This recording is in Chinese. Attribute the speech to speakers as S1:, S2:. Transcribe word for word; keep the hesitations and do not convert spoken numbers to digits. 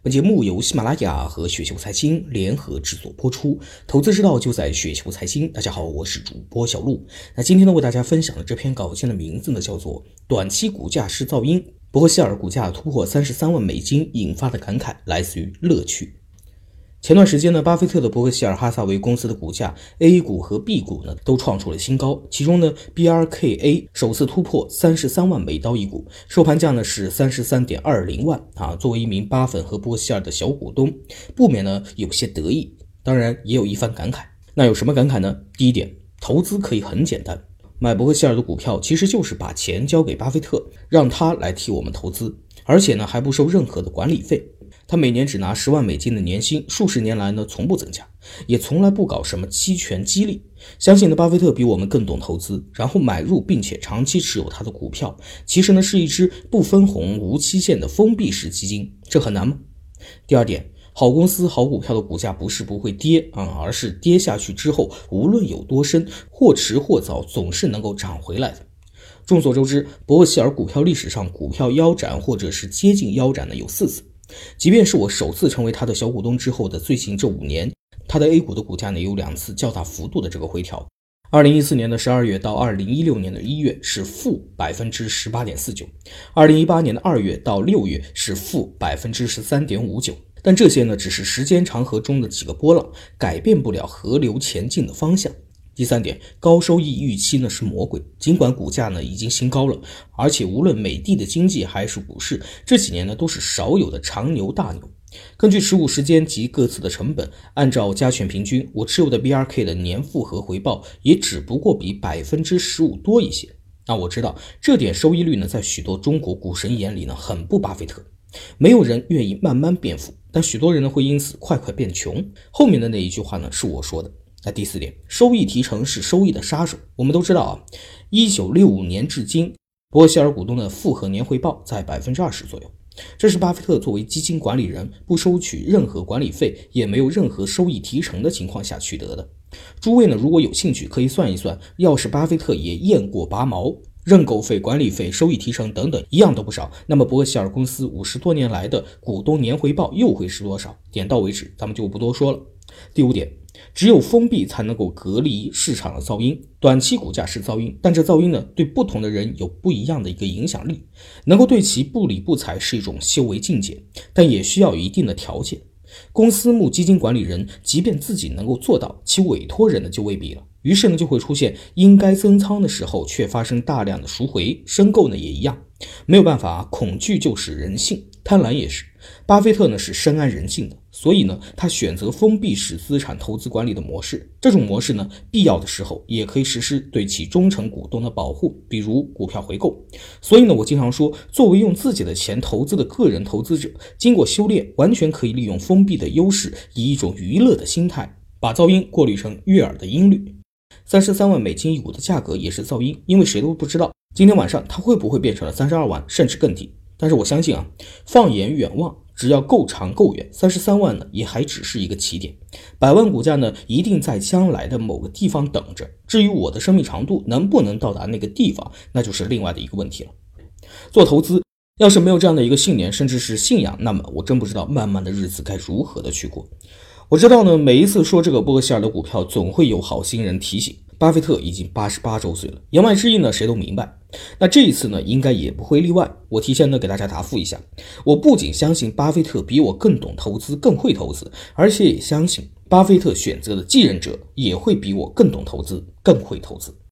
S1: 本节目由喜马拉雅和雪球财经联合制作播出，投资之道就在雪球财经。大家好，我是主播小璐。那今天呢，为大家分享的这篇稿件的名字呢，叫做短期股价是噪音，伯克希尔股价突破三十三万美金引发的感慨来自于乐趣。前段时间呢，巴菲特的伯克希尔哈撒韦公司的股价 A 股和 B 股呢都创出了新高，其中呢 B R K A 首次突破三十三万美刀一股，收盘价呢是 三十三点二零万啊。作为一名巴粉和伯克希尔的小股东，不免呢有些得意，当然也有一番感慨。那有什么感慨呢？第一点，投资可以很简单，买伯克希尔的股票其实就是把钱交给巴菲特，让他来替我们投资，而且呢还不收任何的管理费。他每年只拿十万美金的年薪，数十年来呢从不增加，也从来不搞什么期权激励。相信呢巴菲特比我们更懂投资，然后买入并且长期持有他的股票，其实呢是一只不分红无期限的封闭式基金，这很难吗？第二点，好公司好股票的股价不是不会跌啊、嗯，而是跌下去之后无论有多深，或迟或早总是能够涨回来的。众所周知，伯克希尔股票历史上股票腰斩或者是接近腰斩的有四次。即便是我首次成为他的小股东之后的最近这五年，他的 A 股的股价呢有两次较大幅度的这个回调。二零一四年的十二月到二零一六年的一月是负 百分之十八点四九， 二零一八年的二月到六月是负 百分之十三点五九。 但这些呢只是时间长河中的几个波浪，改变不了河流前进的方向。第三点，高收益预期呢是魔鬼，尽管股价呢已经新高了，而且无论美的的经济还是股市，这几年呢都是少有的长牛大牛。根据持股时间及各自的成本，按照加权平均，我持有的 B R K 的年复合回报也只不过比 百分之十五 多一些。那我知道这点收益率呢在许多中国股神眼里呢很不巴菲特，没有人愿意慢慢变富，但许多人呢会因此快快变穷。后面的那一句话呢是我说的。那第四点，收益提成是收益的杀手。我们都知道啊，一九六五年至今，伯克希尔股东的复合年回报在 百分之二十 左右，这是巴菲特作为基金管理人不收取任何管理费，也没有任何收益提成的情况下取得的。诸位呢，如果有兴趣可以算一算，要是巴菲特也验过拔毛，认购费、管理费、收益提成等等一样都不少，那么伯克希尔公司五十多年来的股东年回报又会是多少？点到为止，咱们就不多说了。第五点，只有封闭才能够隔离市场的噪音。短期股价是噪音，但这噪音呢，对不同的人有不一样的一个影响力，能够对其不理不睬是一种修为境界，但也需要有一定的条件。公司募基金管理人即便自己能够做到，其委托人呢就未必了。于是呢就会出现应该增仓的时候却发生大量的赎回，申购呢也一样。没有办法，恐惧就是人性，贪婪也是。巴菲特呢是深谙人性的，所以呢他选择封闭式资产投资管理的模式。这种模式呢必要的时候也可以实施对其忠诚股东的保护，比如股票回购。所以呢我经常说，作为用自己的钱投资的个人投资者，经过修炼完全可以利用封闭的优势，以一种娱乐的心态把噪音过滤成悦耳的音律。三十三万美金一股的价格也是噪音，因为谁都不知道今天晚上它会不会变成了三十二万甚至更低。但是我相信啊，放眼远望，只要够长够远，三十三万呢也还只是一个起点。百万股价呢一定在将来的某个地方等着，至于我的生命长度能不能到达那个地方，那就是另外的一个问题了。做投资要是没有这样的一个信念甚至是信仰，那么我真不知道漫漫的日子该如何的去过。我知道呢，每一次说这个伯克希尔的股票，总会有好心人提醒，巴菲特已经八十八周岁了，言外之意呢谁都明白。那这一次呢应该也不会例外。我提前呢给大家答复一下，我不仅相信巴菲特比我更懂投资更会投资，而且也相信巴菲特选择的继任者也会比我更懂投资更会投资。